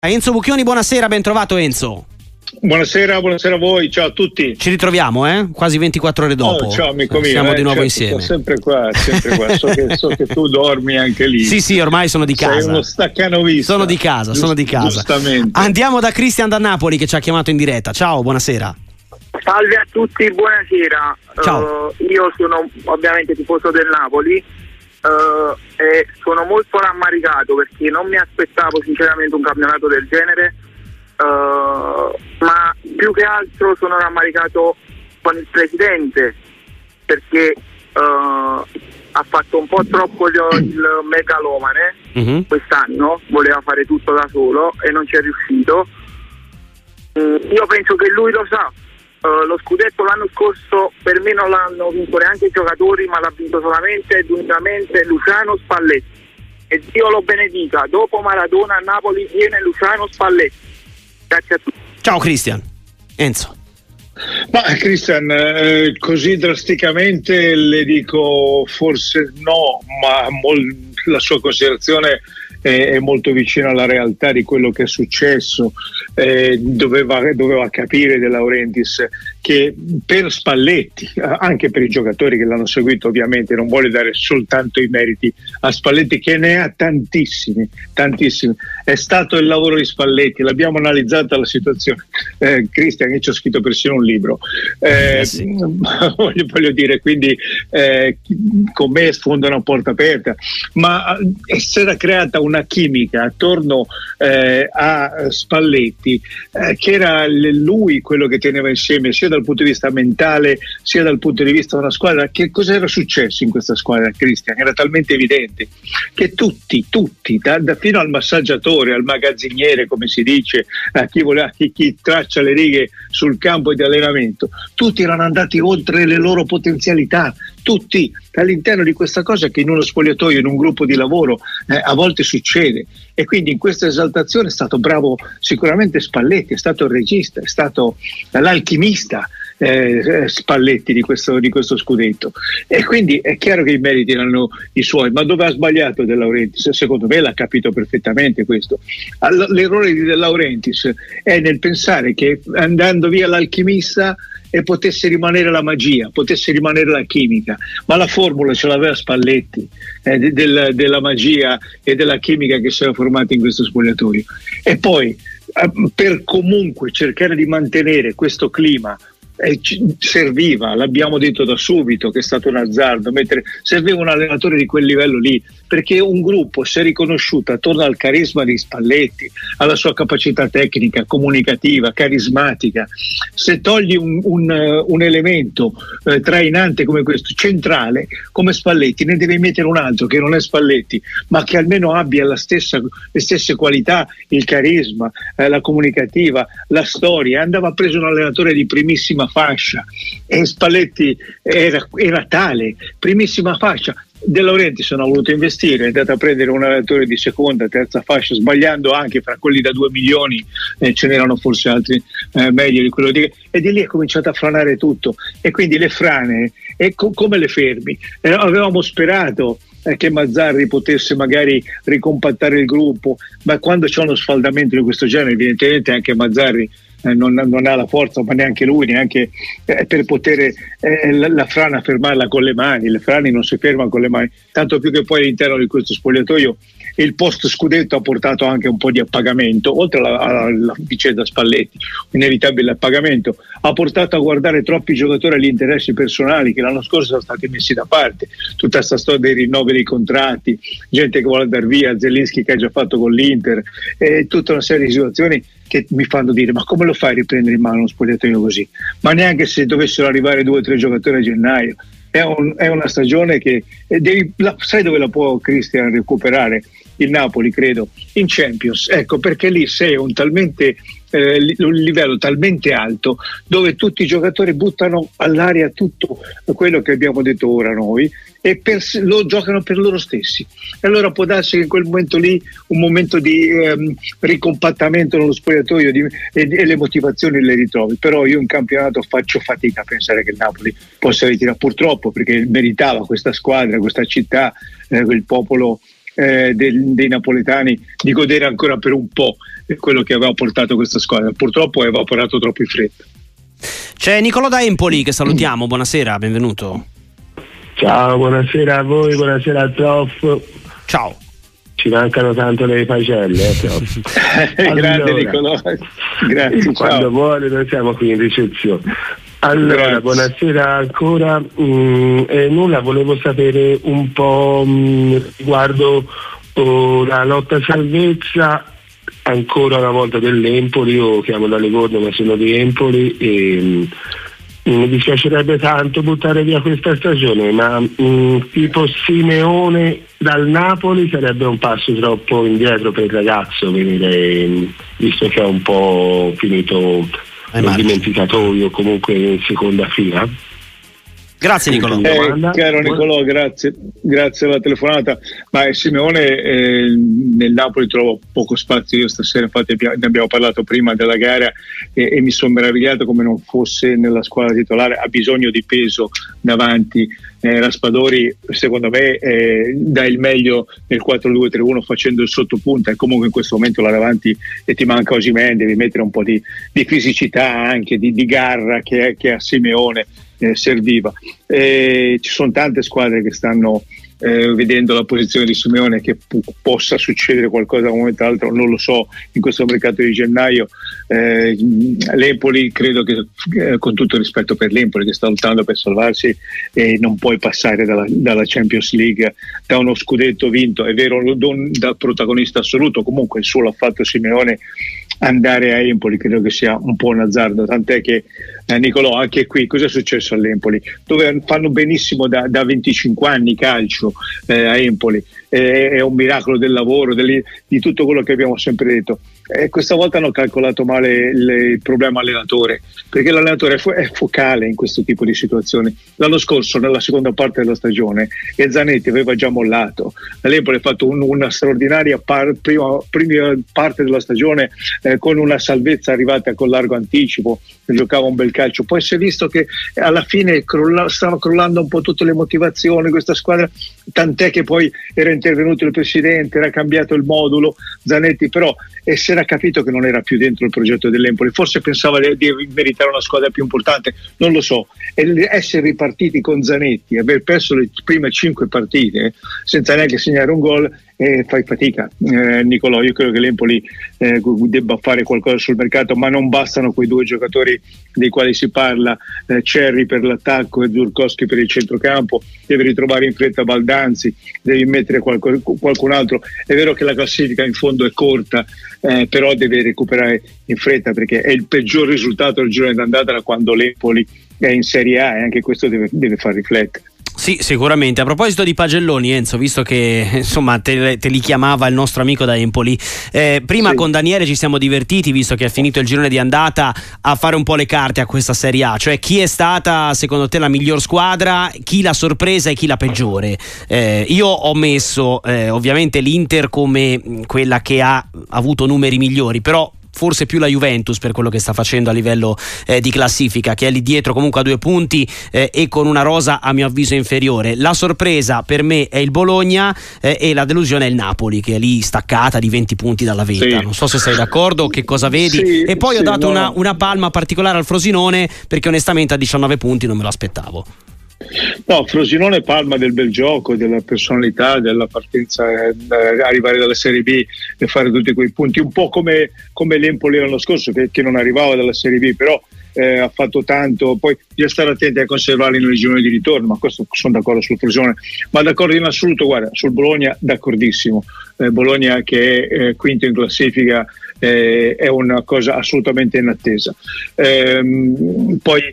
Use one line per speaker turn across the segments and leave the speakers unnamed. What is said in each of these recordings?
Enzo Bucchioni, buonasera, ben trovato Enzo.
Buonasera a voi, ciao a tutti.
Ci ritroviamo, quasi 24 ore dopo.
Ciao amico mio.
Siamo di nuovo
certo,
insieme.
Sempre qua. So che tu dormi anche lì.
Sì, ormai sono di casa.
Sei uno staccanovista.
Sono di casa.
Giustamente.
Andiamo da Cristian da Napoli che ci ha chiamato in diretta. Ciao, buonasera.
Salve a tutti, buonasera.
Ciao.
Io sono ovviamente tifoso del Napoli e sono molto rammaricato perché non mi aspettavo sinceramente un campionato del genere. Ma più che altro sono rammaricato con il presidente perché ha fatto un po' troppo il megalomane quest'anno, voleva fare tutto da solo e non ci è riuscito. Io penso che lui lo sa, lo scudetto l'anno scorso per me non l'hanno vinto neanche i giocatori, ma l'ha vinto solamente ed unicamente Luciano Spalletti, e Dio lo benedica, dopo Maradona a Napoli viene Luciano Spalletti. Grazie a tutti.
Ciao Cristian. Enzo.
Ma Cristian, così drasticamente le dico forse no, ma la sua considerazione è molto vicina alla realtà di quello che è successo. Doveva capire De Laurentiis che per Spalletti, anche per i giocatori che l'hanno seguito, ovviamente non vuole dare soltanto i meriti a Spalletti che ne ha tantissimi, è stato il lavoro di Spalletti, l'abbiamo analizzata la situazione. Cristian, io ci ho scritto persino un libro,
sì.
voglio dire, quindi con me sfonda una porta aperta, ma si era creata una chimica attorno a Spalletti che era lui quello che teneva insieme sia dal punto di vista mentale sia dal punto di vista della squadra. Che cosa era successo in questa squadra, Cristian? Era talmente evidente che tutti fino al massaggiatore, al magazziniere, come si dice, a chi traccia le righe sul campo di allenamento, tutti erano andati oltre le loro potenzialità, tutti all'interno di questa cosa che in uno spogliatoio, in un gruppo di lavoro a volte succede. E quindi in questa esaltazione è stato bravo sicuramente Spalletti, è stato il regista, è stato l'alchimista Spalletti di questo scudetto, e quindi è chiaro che i meriti erano i suoi. Ma dove ha sbagliato De Laurentiis? Secondo me l'ha capito perfettamente questo. L'errore di De Laurentiis è nel pensare che andando via l'alchimista e potesse rimanere la magia, potesse rimanere la chimica, ma la formula ce l'aveva Spalletti della magia e della chimica che si era formata in questo spogliatoio. E poi per comunque cercare di mantenere questo clima serviva, l'abbiamo detto da subito che è stato un azzardo, serviva un allenatore di quel livello lì, perché un gruppo si è riconosciuto attorno al carisma di Spalletti, alla sua capacità tecnica, comunicativa, carismatica. Se togli un elemento trainante come questo, centrale come Spalletti, ne devi mettere un altro che non è Spalletti, ma che almeno abbia le stesse qualità, il carisma, la comunicativa, la storia. Andava preso un allenatore di primissima fascia e Spalletti era tale, primissima fascia. De Laurentiis non ha voluto investire, è andato a prendere un allenatore di seconda, terza fascia, sbagliando anche fra quelli da 2 milioni, ce n'erano forse altri meglio di quello e di lì è cominciato a franare tutto. E quindi le frane, come le fermi? Avevamo sperato che Mazzarri potesse magari ricompattare il gruppo, ma quando c'è uno sfaldamento di questo genere evidentemente anche Mazzarri non ha la forza, ma neanche lui, neanche per poter la frana fermarla con le mani. Le frane non si fermano con le mani, tanto più che poi all'interno di questo spogliatoio il post scudetto ha portato anche un po' di appagamento, oltre alla vicenda Spalletti, un inevitabile appagamento, ha portato a guardare troppi giocatori agli interessi personali che l'anno scorso sono stati messi da parte. Tutta questa storia dei rinnovi dei contratti, gente che vuole andare via, Zelinski che ha già fatto con l'Inter, tutta una serie di situazioni che mi fanno dire: ma come lo fai a riprendere in mano uno spogliatoio così? Ma neanche se dovessero arrivare 2 o 3 giocatori a gennaio. È una stagione che sai dove la può Cristian recuperare? Il Napoli, credo, in Champions. Ecco, perché lì sei un livello talmente alto dove tutti i giocatori buttano all'aria tutto quello che abbiamo detto ora noi e lo giocano per loro stessi. E allora può darsi che in quel momento lì, un momento di ricompattamento nello spogliatoio e le motivazioni le ritrovi. Però io in campionato faccio fatica a pensare che il Napoli possa ritirare, purtroppo, perché meritava questa squadra, questa città, quel popolo dei napoletani di godere ancora per un po' quello che aveva portato questa squadra. Purtroppo è evaporato troppo in fretta.
C'è Nicolò da Empoli che salutiamo, buonasera, benvenuto.
Ciao, buonasera a voi, buonasera al prof.
Ciao.
Ci mancano tanto le pagelle,
Grande Nicolò, grazie.
Quando
ciao.
vuole noi siamo qui in ricezione. Allora,
Grazie.
buonasera ancora. Nulla, volevo sapere un po' riguardo la lotta a salvezza ancora una volta dell'Empoli. Io chiamo da Livorno ma sono di Empoli e mi dispiacerebbe tanto buttare via questa stagione, ma tipo Simeone dal Napoli sarebbe un passo troppo indietro per il ragazzo venire, visto che è un po' finito nel dimenticatoio, comunque in seconda fila.
Grazie Nicolò.
Caro Nicolò, grazie alla telefonata. Ma Simeone nel Napoli trova poco spazio. Io stasera infatti ne abbiamo parlato prima della gara e mi sono meravigliato come non fosse nella squadra titolare. Ha bisogno di peso davanti. Raspadori secondo me dà il meglio nel 4-2-3-1 facendo il sottopunta, e comunque in questo momento là davanti e ti manca Osimhen, devi mettere un po' di fisicità, anche di garra che a Simeone serviva. Ci sono tante squadre che stanno vedendo la posizione di Simeone, che possa succedere qualcosa da un momento all'altro, non lo so, in questo mercato di gennaio. L'Empoli, credo che con tutto il rispetto per l'Empoli che sta lottando per salvarsi, non puoi passare dalla Champions League, da uno scudetto vinto, è vero, non da protagonista assoluto, comunque il suo l'ha fatto Simeone. Andare a Empoli credo che sia un po' un azzardo, tant'è che Nicolò, anche qui cosa è successo all'Empoli, dove fanno benissimo da 25 anni calcio a Empoli, è un miracolo del lavoro, di tutto quello che abbiamo sempre detto. Questa volta hanno calcolato male il problema allenatore, perché l'allenatore è focale in questo tipo di situazioni. L'anno scorso, nella seconda parte della stagione, e Zanetti aveva già mollato. L'Empoli ha fatto una straordinaria prima parte della stagione con una salvezza arrivata con largo anticipo, giocava un bel calcio. Poi si è visto che alla fine stava crollando un po' tutte le motivazioni questa squadra, tant'è che poi era intervenuto il presidente, era cambiato il modulo, Zanetti però si era capito che non era più dentro il progetto dell'Empoli, forse pensava di meritare una squadra più importante, non lo so, e essere ripartiti con Zanetti, aver perso le prime 5 partite senza neanche segnare un gol, fai fatica. Nicolò, io credo che l'Empoli debba fare qualcosa sul mercato, ma non bastano quei 2 giocatori dei quali si parla, Cerri per l'attacco e Zurkowski per il centrocampo, devi ritrovare in fretta Baldanzi, devi mettere qualcun altro. È vero che la classifica in fondo è corta, però deve recuperare in fretta, perché è il peggior risultato del girone d'andata da quando l'Empoli è in Serie A, e anche questo deve far riflettere.
Sì, sicuramente. A proposito di pagelloni, Enzo, visto che insomma te li chiamava il nostro amico da Empoli, prima sì, con Daniele ci siamo divertiti, visto che è finito il girone di andata, a fare un po' le carte a questa Serie A, cioè chi è stata secondo te la miglior squadra, chi la sorpresa e chi la peggiore. Io ho messo ovviamente l'Inter come quella che ha avuto numeri migliori, però forse più la Juventus per quello che sta facendo a livello di classifica, che è lì dietro comunque a 2 punti e con una rosa a mio avviso inferiore. La sorpresa per me è il Bologna e la delusione è il Napoli, che è lì staccata di 20 punti dalla vetta. Sì. Non so se sei d'accordo, che cosa vedi. Sì, e poi ho dato una palma particolare al Frosinone, perché onestamente a 19 punti non me lo aspettavo.
No, Frosinone palma del bel gioco, della personalità, della partenza, arrivare dalla Serie B e fare tutti quei punti, un po' come l'Empoli l'anno scorso che non arrivava dalla Serie B, però ha fatto tanto. Poi bisogna stare attenti a conservarli nelle gironi di ritorno, ma questo sono d'accordo sul Frosinone, ma d'accordo in assoluto, guarda, sul Bologna d'accordissimo. Bologna che è quinto in classifica è una cosa assolutamente in attesa. Poi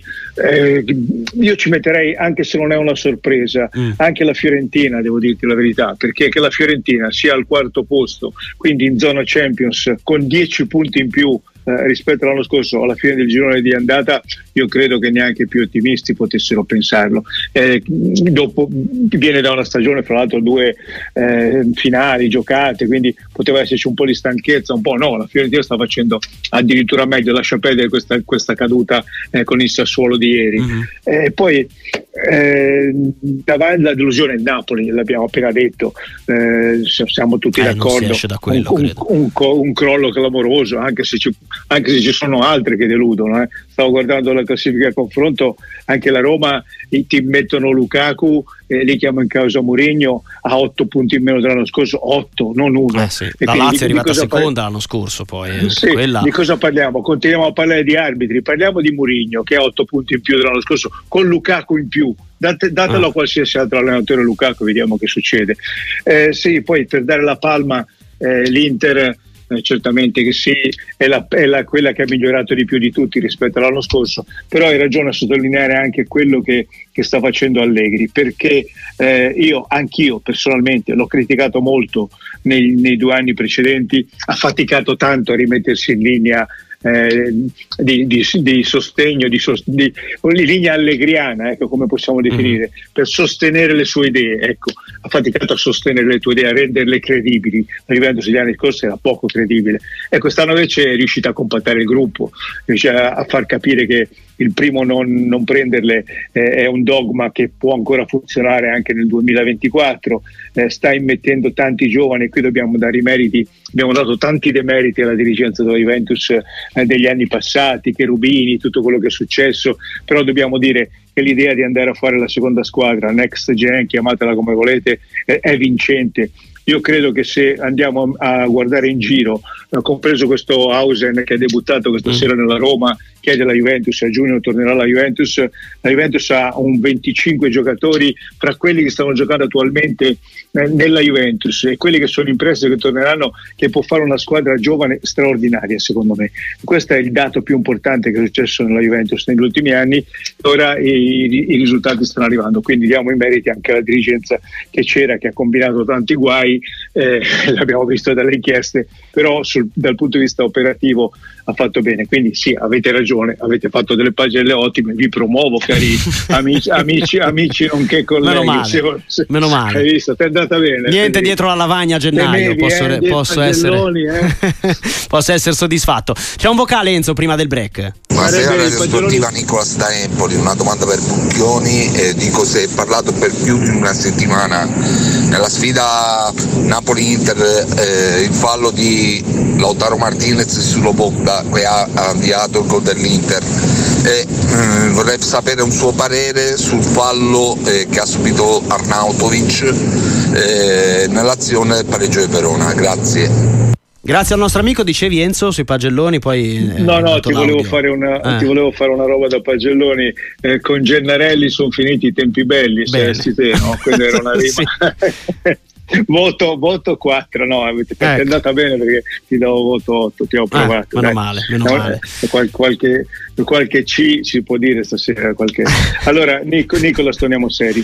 io ci metterei, anche se non è una sorpresa, anche la Fiorentina, devo dirti la verità, perché che la Fiorentina sia al 4º posto, quindi in zona Champions, con 10 punti in più rispetto all'anno scorso, alla fine del girone di andata, io credo che neanche i più ottimisti potessero pensarlo. Dopo viene da una stagione, fra l'altro 2 finali giocate, quindi poteva esserci un po' di stanchezza, un po' no, la Fiorentina sta facendo addirittura meglio, lascia perdere questa caduta con il Sassuolo di ieri. Poi davanti alla delusione il Napoli, l'abbiamo appena detto, siamo tutti d'accordo, un crollo clamoroso, anche se ci sono altre che deludono. Stavo guardando la classifica a confronto, anche la Roma, ti mettono Lukaku, li chiamo in causa Mourinho, a 8 punti in meno dell'anno scorso, 8 non 1.
La Lazio è arrivata seconda l'anno scorso, poi
di cosa parliamo? Continuiamo a parlare di arbitri, parliamo di Mourinho che ha 8 punti in più dell'anno scorso con Lukaku in più. Datelo a qualsiasi altro allenatore Lukaku, vediamo che succede. Sì, poi per dare la palma, l'Inter certamente che sì, è quella che ha migliorato di più di tutti rispetto all'anno scorso, però hai ragione a sottolineare anche quello che sta facendo Allegri, perché anch'io personalmente l'ho criticato molto nei 2 anni precedenti, ha faticato tanto a rimettersi in linea di sostegno, di linea allegriana, ecco, come possiamo definire, per sostenere le sue idee. Ecco, ha faticato a sostenere le tue idee, a renderle credibili. La Juventus gli anni scorsi era poco credibile, e quest'anno invece è riuscita a compattare il gruppo, riuscita a far capire che il primo non prenderle è un dogma che può ancora funzionare anche nel 2024. Sta immettendo tanti giovani, qui dobbiamo dare i meriti, abbiamo dato tanti demeriti alla dirigenza della Juventus degli anni passati, Cherubini, tutto quello che è successo, però dobbiamo dire che l'idea di andare a fare la seconda squadra, next gen, chiamatela come volete, è vincente. Io credo che se andiamo a guardare in giro, compreso questo Hausen che ha debuttato questa sera nella Roma, che è della Juventus, a giugno tornerà alla Juventus, la Juventus ha un 25 giocatori fra quelli che stanno giocando attualmente nella Juventus e quelli che sono in prestito, che torneranno, che può fare una squadra giovane straordinaria, secondo me. Questo è il dato più importante che è successo nella Juventus negli ultimi anni. Ora i risultati stanno arrivando, quindi diamo i meriti anche alla dirigenza che c'era, che ha combinato tanti guai, l'abbiamo visto dalle inchieste, però dal punto di vista operativo ha fatto bene. Quindi sì, avete ragione, avete fatto delle pagine ottime, vi promuovo, cari amici nonché colleghi.
Meno male.
Hai visto, ti è andata bene.
Niente dietro la lavagna a gennaio, posso essere soddisfatto. C'è un vocale, Enzo, prima del break.
Buonasera, Radio Sportiva, Nicolas da Empoli. Una domanda per Bucchioni, dico se è parlato per più di una settimana nella sfida Napoli-Inter il fallo di Lautaro Martinez su Lobotka che ha avviato il gol dell'Inter, e vorrei sapere un suo parere sul fallo che ha subito Arnautovic nell'azione del pareggio di Verona. Grazie
al nostro amico, dicevi, Enzo, sui pagelloni, poi
ti volevo fare una roba da pagelloni, con Gennarelli sono finiti i tempi belli, se te, no? Quella era una rima. Sì. Voto 4, no, è andata bene perché ti do voto 8, ti ho provato.
Meno male.
Qualche C si può dire stasera. Allora, Nicola, torniamo seri.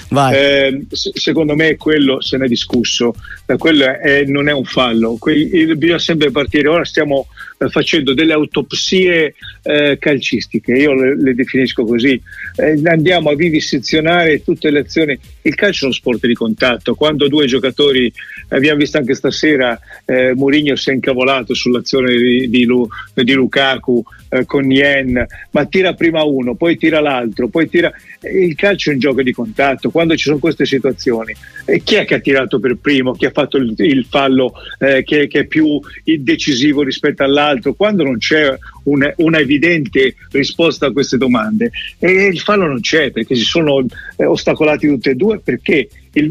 Secondo me quello se ne è discusso, quello non è un fallo, bisogna sempre partire. Ora stiamo facendo delle autopsie calcistiche, io le definisco così, andiamo a vivisezionare tutte le azioni. Il calcio è uno sport di contatto. Quando 2 giocatori, abbiamo visto anche stasera, Mourinho si è incavolato sull'azione di Lukaku con Yen, ma tira prima uno, poi tira l'altro, poi tira. Il calcio è un gioco di contatto. Quando ci sono queste situazioni, chi è che ha tirato per primo, chi ha fatto il fallo che è più decisivo rispetto all'altro? Quando non c'è una evidente risposta a queste domande, e il fallo non c'è, perché si sono ostacolati tutti e due, perché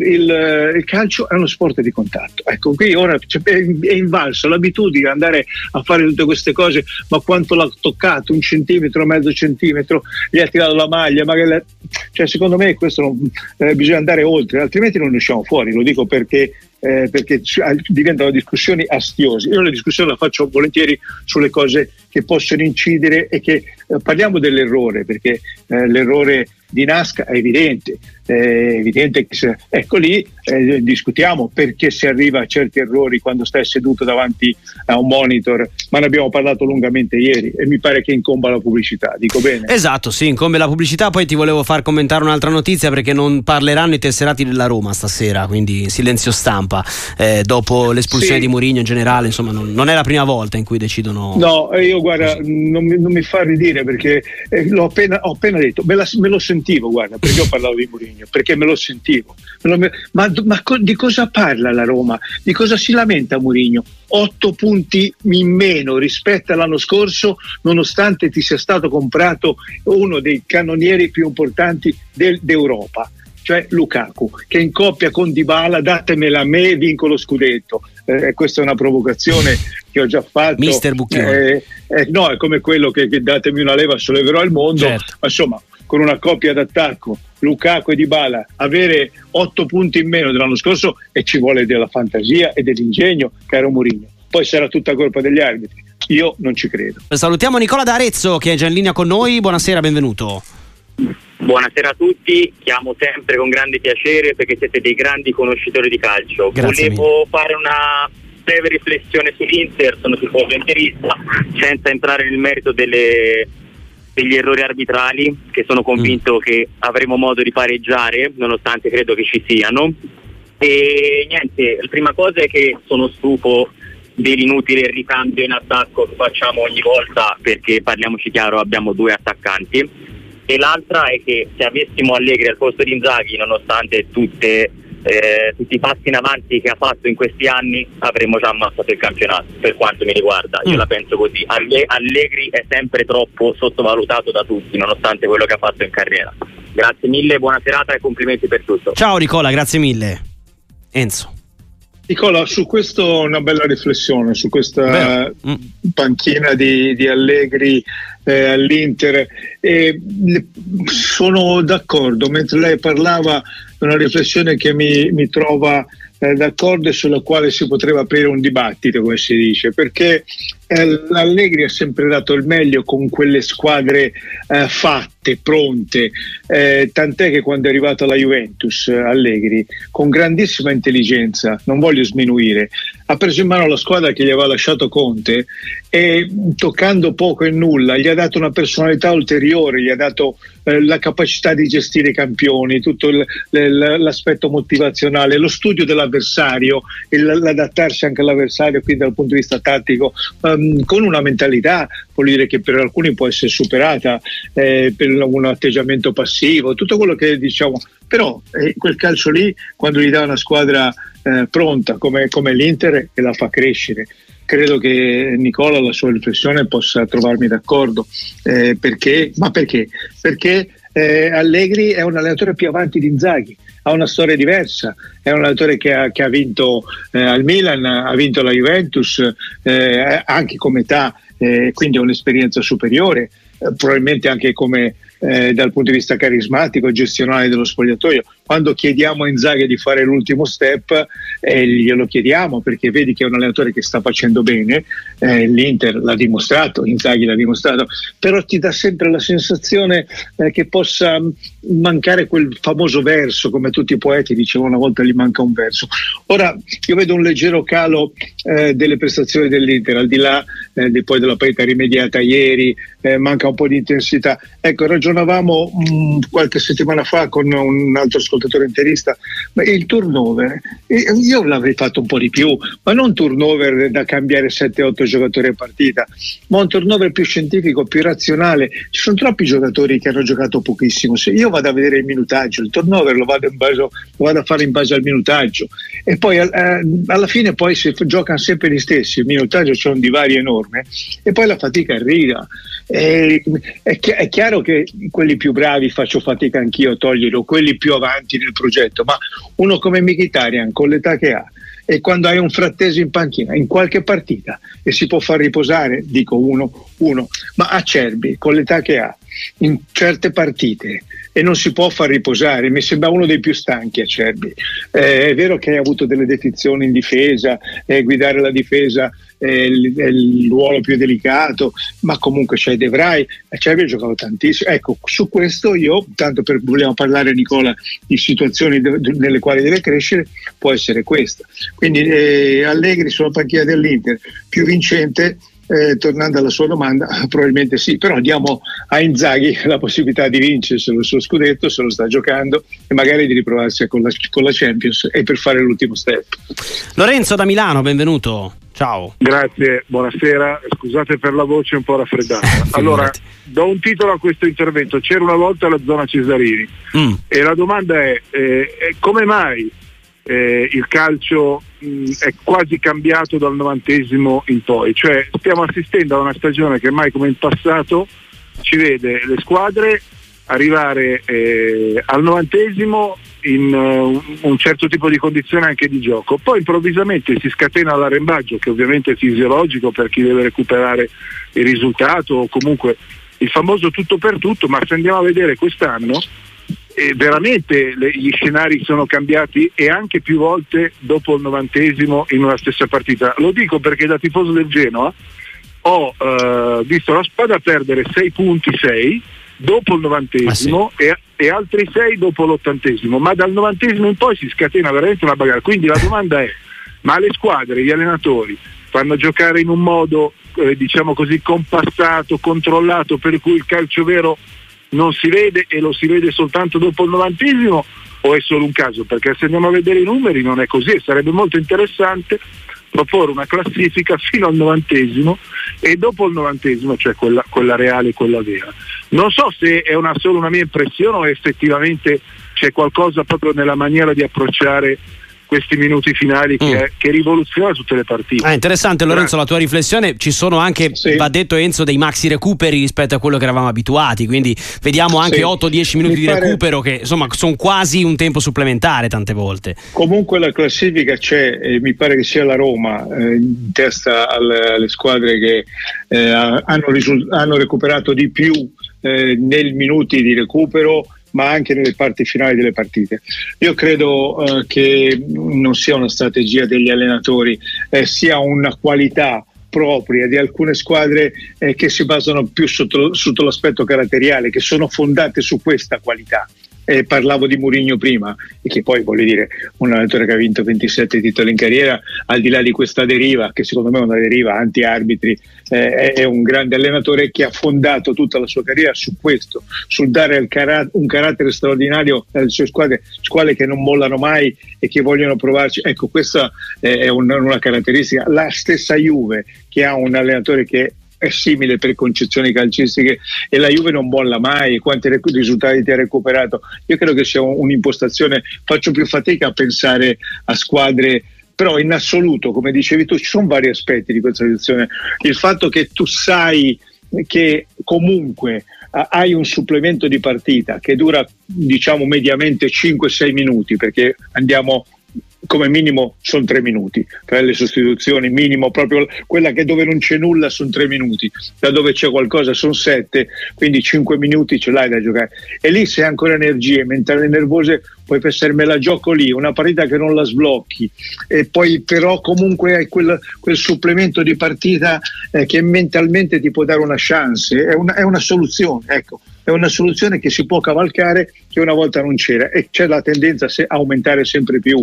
il calcio è uno sport di contatto. Ecco, qui ora è invalso l'abitudine di andare a fare tutte queste cose, ma quanto l'ha toccato, 1 centimetro, mezzo centimetro, gli ha tirato la maglia, cioè secondo me questo bisogna andare oltre, altrimenti non ne usciamo fuori. Lo dico perché diventano discussioni astiose. Io la discussione la faccio volentieri sulle cose che possono incidere, e che parliamo dell'errore, perché l'errore di Nasca è evidente che ecco lì discutiamo perché si arriva a certi errori quando stai seduto davanti a un monitor, ma ne abbiamo parlato lungamente ieri e mi pare che incomba la pubblicità, dico bene?
Esatto, sì, incombe la pubblicità. Poi ti volevo far commentare un'altra notizia, perché non parleranno i tesserati della Roma stasera, quindi silenzio stampa, dopo l'espulsione di Mourinho in generale, insomma non è la prima volta in cui decidono.
No, io guarda, non mi fa ridire, perché ho appena detto, me lo sentivo, guarda, perché ho parlato di Mourinho, perché me lo sentivo. Di cosa parla la Roma? Di cosa si lamenta Mourinho? 8 punti in meno rispetto all'anno scorso, nonostante ti sia stato comprato uno dei cannonieri più importanti d'Europa, cioè Lukaku, che in coppia con Dybala, datemela a me, vinco lo scudetto. Questa è una provocazione che ho già fatto.
Mister Bucchione.
No, è come quello che datemi una leva, solleverò il mondo.
Certo.
Ma insomma, con una coppia d'attacco, Lukaku e Dybala, avere 8 punti in meno dell'anno scorso, e ci vuole della fantasia e dell'ingegno, caro Mourinho. Poi sarà tutta colpa degli arbitri. Io non ci credo.
Salutiamo Nicola da Arezzo, che è già in linea con noi. Buonasera, benvenuto.
Buonasera a tutti, chiamo sempre con grande piacere perché siete dei grandi conoscitori di calcio.
Grazie
Volevo fare una breve riflessione sull'Inter, sono tifoso interista, senza entrare nel merito degli errori arbitrali, che sono convinto che avremo modo di pareggiare, nonostante credo che ci siano. E niente, la prima cosa è che sono stufo dell'inutile ricambio in attacco che facciamo ogni volta, perché parliamoci chiaro, abbiamo 2 attaccanti. E l'altra è che se avessimo Allegri al posto di Inzaghi, nonostante tutti i passi in avanti che ha fatto in questi anni, avremmo già ammazzato il campionato, per quanto mi riguarda. Io la penso così. Allegri è sempre troppo sottovalutato da tutti, nonostante quello che ha fatto in carriera. Grazie mille, buona serata e complimenti per tutto.
Ciao Nicola, grazie mille. Enzo.
Nicola, su questo una bella riflessione, su questa panchina di Allegri all'Inter. Sono d'accordo, mentre lei parlava, una riflessione che mi trova d'accordo e sulla quale si potrebbe aprire un dibattito, come si dice, perché Allegri ha sempre dato il meglio con quelle squadre fatte, pronte, tant'è che quando è arrivato alla Juventus Allegri, con grandissima intelligenza, non voglio sminuire, ha preso in mano la squadra che gli aveva lasciato Conte e, toccando poco e nulla, gli ha dato una personalità ulteriore, gli ha dato la capacità di gestire i campioni, tutto l'aspetto motivazionale, lo studio dell'avversario, l'adattarsi anche all'avversario, quindi dal punto di vista tattico, con una mentalità, vuol dire, che per alcuni può essere superata per un atteggiamento passivo, tutto quello che diciamo, però quel calcio lì, quando gli dà una squadra pronta come l'Inter, e la fa crescere. Credo che Nicola, la sua riflessione, possa trovarmi d'accordo. Perché? Perché Allegri è un allenatore più avanti di Inzaghi, ha una storia diversa, è un allenatore che ha vinto al Milan, ha vinto la Juventus, anche come età, quindi ha un'esperienza superiore, probabilmente anche come dal punto di vista carismatico, gestionale dello spogliatoio. Quando chiediamo a Inzaghi di fare l'ultimo step, glielo chiediamo perché vedi che è un allenatore che sta facendo bene, l'Inter l'ha dimostrato, Inzaghi l'ha dimostrato, però ti dà sempre la sensazione che possa mancare quel famoso verso, come tutti i poeti dicevano una volta, gli manca un verso. Ora io vedo un leggero calo delle prestazioni dell'Inter, al di là poi della partita rimediata ieri, manca un po' di intensità. Ecco, ragionavamo qualche settimana fa con un altro ascoltatore interista, ma il turnover, io l'avrei fatto un po' di più, ma non turnover da cambiare 7-8 giocatori a partita, ma un turnover più scientifico, più razionale. Ci sono troppi giocatori che hanno giocato pochissimo. Se io vado a vedere il minutaggio, il turnover lo vado a fare in base al minutaggio, e poi alla fine poi si giocano sempre gli stessi, il minutaggio c'è un divario enorme e poi la fatica arriva. È chiaro che quelli più bravi faccio fatica anch'io a toglierlo, quelli più avanti nel progetto, ma uno come Mkhitaryan, con l'età che ha, e quando hai un Frattesi in panchina in qualche partita e si può far riposare, dico uno, ma Acerbi, con l'età che ha, in certe partite, e non si può far riposare, mi sembra uno dei più stanchi Acerbi. È vero che hai avuto delle defezioni in difesa, guidare la difesa il ruolo più delicato, ma comunque c'è De Vrij, Acerbi ha giocato tantissimo. Ecco, su questo io, tanto vogliamo parlare, Nicola, di situazioni nelle quali deve crescere, può essere questa. Quindi Allegri sulla panchina dell'Inter più vincente, tornando alla sua domanda, probabilmente sì, però diamo a Inzaghi la possibilità di vincerselo il suo scudetto, se lo sta giocando, e magari di riprovarsi con la Champions e per fare l'ultimo step.
Lorenzo da Milano, benvenuto. Ciao.
Grazie, buonasera, scusate per la voce un po' raffreddata. Allora, do un titolo a questo intervento: c'era una volta la zona Cesarini, e la domanda è come mai il calcio è quasi cambiato dal 90° in poi, cioè stiamo assistendo a una stagione che mai come in passato ci vede le squadre arrivare al 90° in un certo tipo di condizione anche di gioco, poi improvvisamente si scatena l'arrembaggio, che ovviamente è fisiologico per chi deve recuperare il risultato, o comunque il famoso tutto per tutto. Ma se andiamo a vedere quest'anno, veramente gli scenari sono cambiati, e anche più volte dopo il 90° in una stessa partita. Lo dico perché da tifoso del Genoa ho visto la squadra perdere 6 punti dopo il 90° e altri 6 dopo l'80°, ma dal 90° in poi si scatena veramente una bagarre. Quindi la domanda è: ma le squadre, gli allenatori fanno giocare in un modo diciamo così compassato, controllato, per cui il calcio vero non si vede e lo si vede soltanto dopo il 90°, o è solo un caso? Perché se andiamo a vedere i numeri non è così, e sarebbe molto interessante proporre una classifica fino al 90° e dopo il 90°, cioè quella reale, quella vera. Non so se è solo una mia impressione o effettivamente c'è qualcosa proprio nella maniera di approcciare questi minuti finali che rivoluziona tutte le partite.
Interessante, Lorenzo, la tua riflessione. Ci sono anche, va detto Enzo, dei maxi recuperi rispetto a quello che eravamo abituati, quindi vediamo anche 8-10 minuti di recupero, che insomma sono quasi un tempo supplementare tante volte.
Comunque la classifica c'è, e mi pare che sia la Roma in testa alle squadre che hanno recuperato di più nei minuti di recupero, ma anche nelle parti finali delle partite. Io credo che non sia una strategia degli allenatori, sia una qualità propria di alcune squadre che si basano più sotto l'aspetto caratteriale, che sono fondate su questa qualità. Parlavo di Mourinho prima, e che poi, voglio dire, un allenatore che ha vinto 27 titoli in carriera, al di là di questa deriva, che secondo me è una deriva anti-arbitri, è un grande allenatore che ha fondato tutta la sua carriera su questo, sul dare un carattere straordinario alle sue squadre che non mollano mai e che vogliono provarci. Ecco, questa è una caratteristica. La stessa Juve, che ha un allenatore che è simile per concezioni calcistiche, e la Juve non molla mai. Quanti risultati ti ha recuperato? Io credo che sia un'impostazione. Faccio più fatica a pensare a squadre, però in assoluto, come dicevi tu, ci sono vari aspetti di questa situazione. Il fatto che tu sai che comunque hai un supplemento di partita che dura, diciamo, mediamente 5-6 minuti, perché andiamo, come minimo sono 3 minuti per le sostituzioni, minimo, proprio quella che dove non c'è nulla sono 3 minuti, da dove c'è qualcosa sono 7, quindi 5 minuti ce l'hai da giocare, e lì se hai ancora energie mentali nervose puoi pensare: me la gioco lì, una partita che non la sblocchi, e poi però comunque hai quel supplemento di partita che mentalmente ti può dare una chance, è una soluzione, ecco. È una soluzione che si può cavalcare, che una volta non c'era, e c'è la tendenza a aumentare sempre più,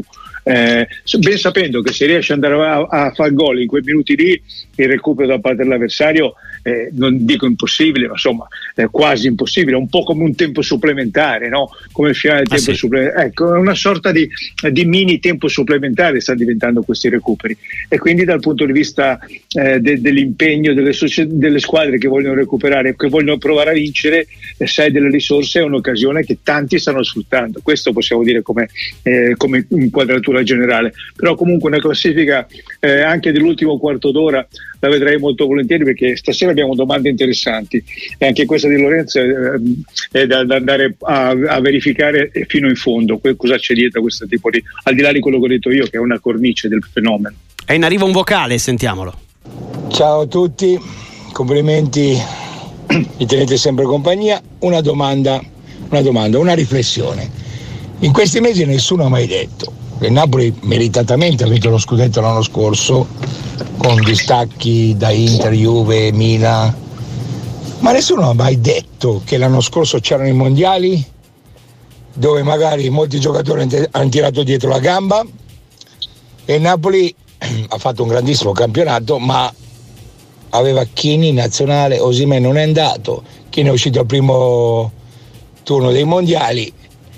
ben sapendo che se riesci ad andare a fare gol in quei minuti lì, il recupero da parte dell'avversario, non dico impossibile, ma insomma quasi impossibile, un po' come un tempo supplementare, no? Come il finale del tempo supplementare. Ecco, è una sorta di mini tempo supplementare sta diventando questi recuperi, e quindi dal punto di vista dell'impegno delle squadre che vogliono recuperare, che vogliono provare a vincere, sai, delle risorse, è un'occasione che tanti stanno sfruttando. Questo possiamo dire come inquadratura generale, però comunque una classifica anche dell'ultimo quarto d'ora la vedrei molto volentieri, perché stasera abbiamo domande interessanti, e anche questa di Lorenzo è da andare a verificare fino in fondo cosa c'è dietro questo tipo di, al di là di quello che ho detto io, che è una cornice del fenomeno.
È in arrivo un vocale, sentiamolo.
Ciao a tutti, complimenti, mi tenete sempre compagnia. Una domanda, una riflessione. In questi mesi nessuno ha mai detto Il Napoli meritatamente ha vinto lo scudetto l'anno scorso con distacchi da Inter, Juve, Milan, ma nessuno ha mai detto che l'anno scorso c'erano i mondiali dove magari molti giocatori hanno tirato dietro la gamba e il Napoli ha fatto un grandissimo campionato, ma aveva Chiellini in nazionale, Osimhen non è andato, Chiellini è uscito al primo turno dei mondiali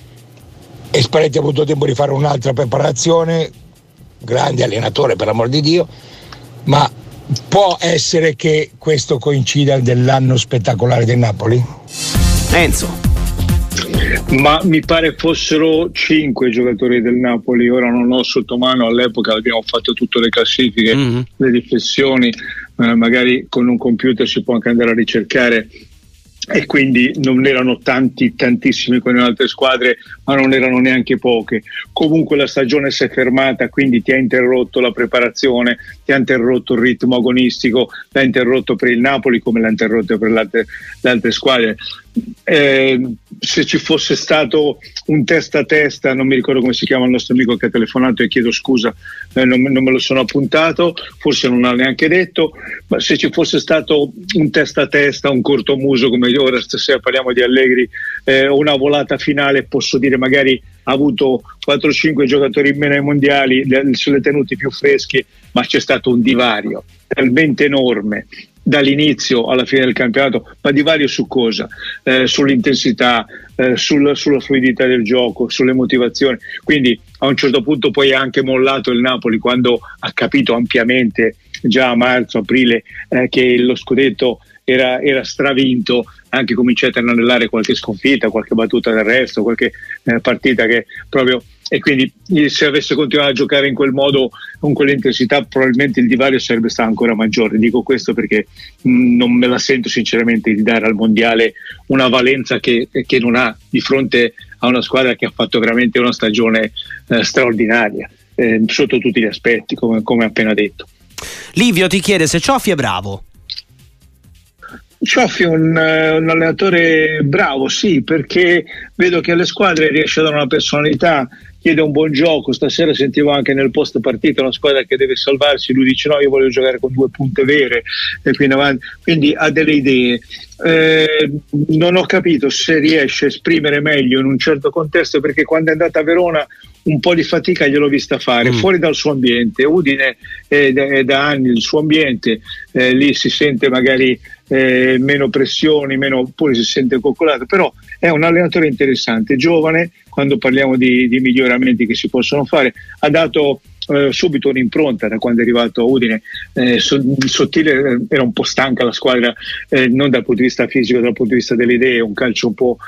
e Spalletti ha avuto tempo di fare un'altra preparazione, grande allenatore per l'amor di Dio, ma può essere che questo coincida dell'anno spettacolare del Napoli?
Enzo.
Ma mi pare fossero 5 giocatori del Napoli, ora non ho sotto mano, all'epoca abbiamo fatto tutte le classifiche, le riflessioni, magari con un computer si può anche andare a ricercare, e quindi non erano tantissimi come in altre squadre, ma non erano neanche poche. Comunque la stagione si è fermata, quindi ti ha interrotto la preparazione, ti ha interrotto il ritmo agonistico, l'ha interrotto per il Napoli come l'ha interrotto per le altre squadre. Se ci fosse stato un testa a testa, non mi ricordo come si chiama il nostro amico che ha telefonato e chiedo scusa, non me lo sono appuntato, forse non l'ha neanche detto, ma se ci fosse stato un testa a testa, un cortomuso come ora stasera parliamo di Allegri, una volata finale, posso dire magari ha avuto 4-5 giocatori in meno ai mondiali, se li ha tenuti più freschi, ma c'è stato un divario talmente enorme dall'inizio alla fine del campionato, ma divario su cosa? Sull'intensità, sulla fluidità del gioco, sulle motivazioni. Quindi a un certo punto poi ha anche mollato il Napoli quando ha capito ampiamente già a marzo, aprile che lo scudetto era stravinto, anche cominciato a anellare qualche sconfitta, qualche battuta d'arresto, qualche partita che proprio, e quindi se avesse continuato a giocare in quel modo, con quell'intensità, probabilmente il divario sarebbe stato ancora maggiore. Dico questo perché non me la sento sinceramente di dare al mondiale una valenza che non ha di fronte a una squadra che ha fatto veramente una stagione straordinaria sotto tutti gli aspetti, come appena detto.
Livio ti chiede se Cioffi è bravo.
Cioffi è un allenatore bravo, sì, perché vedo che alle squadre riesce a dare una personalità, chiede un buon gioco. Stasera sentivo anche nel post partita una squadra che deve salvarsi, lui dice no, io voglio giocare con 2 punte vere e qui in avanti, quindi ha delle idee. Non ho capito se riesce a esprimere meglio in un certo contesto, perché quando è andata a Verona un po' di fatica gliel'ho vista fare, fuori dal suo ambiente. Udine è da anni il suo ambiente, lì si sente magari meno pressioni, oppure si sente coccolato, però è un allenatore interessante, giovane. Quando parliamo di miglioramenti che si possono fare, ha dato subito un'impronta da quando è arrivato a Udine. Sottile, era un po' stanca la squadra, non dal punto di vista fisico, dal punto di vista delle idee, un calcio un po'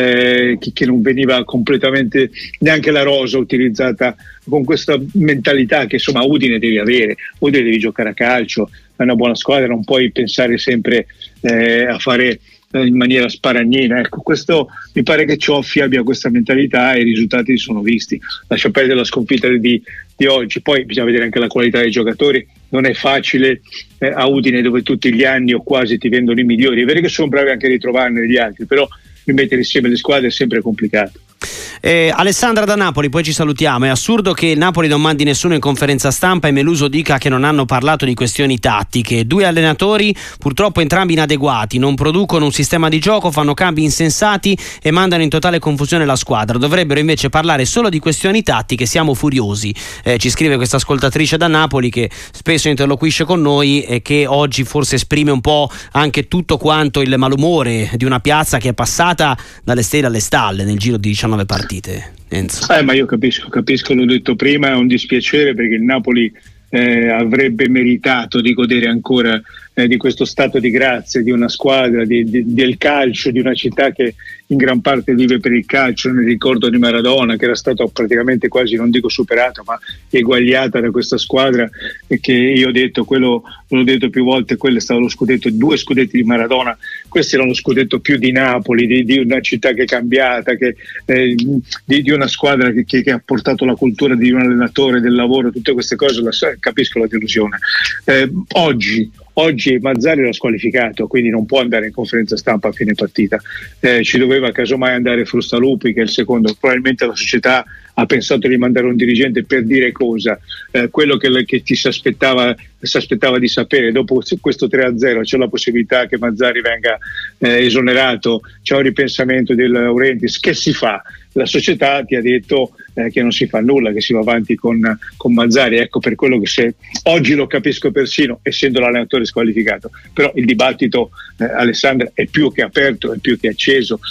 che non veniva completamente, neanche la rosa utilizzata con questa mentalità che insomma Udine devi avere. Udine devi giocare a calcio, è una buona squadra, non puoi pensare sempre a fare in maniera sparagnina. Ecco, questo mi pare che Cioffi abbia questa mentalità e i risultati sono visti. Lascia perdere la sconfitta di oggi, poi bisogna vedere anche la qualità dei giocatori. Non è facile a Udine, dove tutti gli anni o quasi ti vendono i migliori. È vero che sono bravi anche a ritrovarne gli altri, però mettere insieme le squadre è sempre complicato.
Alessandra da Napoli, poi ci salutiamo. È assurdo che il Napoli non mandi nessuno in conferenza stampa e Meluso dica che non hanno parlato di questioni tattiche. 2 allenatori, purtroppo entrambi inadeguati, non producono un sistema di gioco, fanno cambi insensati e mandano in totale confusione la squadra. Dovrebbero invece parlare solo di questioni tattiche. Siamo furiosi. Ci scrive questa ascoltatrice da Napoli che spesso interloquisce con noi e che oggi forse esprime un po' anche tutto quanto il malumore di una piazza che è passata dalle stelle alle stalle nel giro di 19 partite. Enzo.
Ma io capisco, l'ho detto prima, è un dispiacere perché il Napoli avrebbe meritato di godere ancora di questo stato di grazia, di una squadra, del calcio, di una città che in gran parte vive per il calcio, nel ricordo di Maradona, che era stato praticamente quasi, non dico superato, ma eguagliata da questa squadra, e che io ho detto, quello l'ho detto più volte, quello è stato lo scudetto, 2 scudetti di Maradona, questo era lo scudetto più di Napoli, di una città che è cambiata, di una squadra che ha portato la cultura di un allenatore, del lavoro, tutte queste cose. Capisco la delusione. Oggi Mazzarri era squalificato, quindi non può andare in conferenza stampa a fine partita. Ci doveva casomai andare Frustalupi, che è il secondo. Probabilmente la società ha pensato di mandare un dirigente per dire cosa? Quello che ti si aspettava di sapere. Dopo questo 3-0 c'è la possibilità che Mazzarri venga esonerato, c'è un ripensamento di Laurentiis, che si fa? La società ti ha detto che non si fa nulla, che si va avanti con Mazzarri. Ecco, per quello che oggi lo capisco persino, essendo l'allenatore squalificato, però il dibattito, Alessandra, è più che aperto, è più che acceso.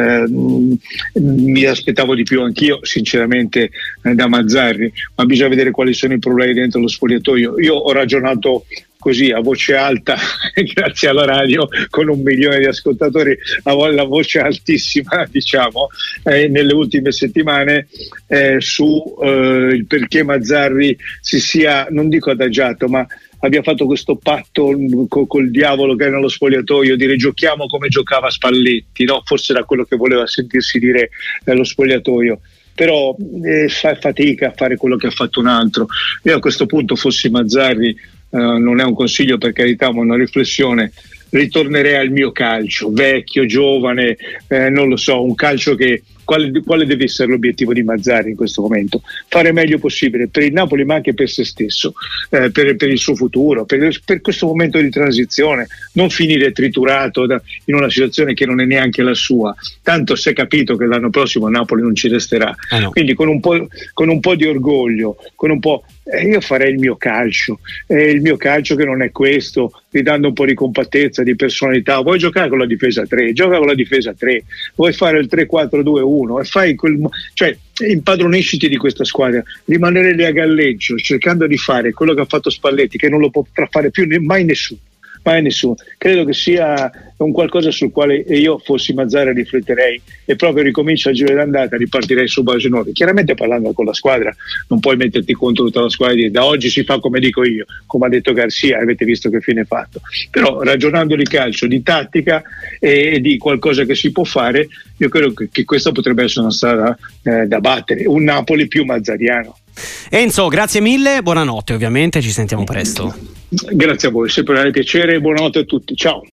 Mi aspettavo di più anch'io, sinceramente, da Mazzarri, ma bisogna vedere quali sono i problemi dentro lo spogliatoio. Io ho ragionato così a voce alta, grazie alla radio, con 1 milione di ascoltatori, la voce altissima, diciamo, nelle ultime settimane, su il perché Mazzarri si sia, non dico adagiato, ma abbia fatto questo patto col diavolo che è nello spogliatoio, dire giochiamo come giocava Spalletti, no? Forse era quello che voleva sentirsi dire nello spogliatoio. Però fa fatica a fare quello che ha fatto un altro. Io a questo punto, fossi Mazzarri, non è un consiglio per carità, ma una riflessione, ritornerei al mio calcio, vecchio, giovane, non lo so, un calcio che quale deve essere l'obiettivo di Mazzarri in questo momento? Fare meglio possibile per il Napoli, ma anche per se stesso, per il suo futuro, per questo momento di transizione, non finire triturato in una situazione che non è neanche la sua. Tanto si è capito che l'anno prossimo Napoli non ci resterà, no. Quindi con un po' di orgoglio, io farei il mio calcio che non è questo, ridando un po' di compattezza, di personalità. Vuoi giocare con la difesa 3? Gioca con la difesa 3. Vuoi fare il 3-4-2-1 e fai cioè impadronisciti di questa squadra, rimanere lì a galleggio cercando di fare quello che ha fatto Spalletti, che non lo potrà fare più mai nessuno. Credo che sia un qualcosa sul quale io, fossi Mazzarri, rifletterei, e proprio ricomincio a giro d'andata, ripartirei su base nuove. Chiaramente parlando con la squadra, non puoi metterti contro tutta la squadra e dire da oggi si fa come dico io, come ha detto Garcia, avete visto che fine ha fatto. Però ragionando di calcio, di tattica e di qualcosa che si può fare, io credo che questa potrebbe essere una strada da battere, un Napoli più mazzariano.
Enzo, grazie mille, buonanotte, ovviamente ci sentiamo presto.
Grazie a voi, sempre un piacere e buonanotte a tutti, ciao.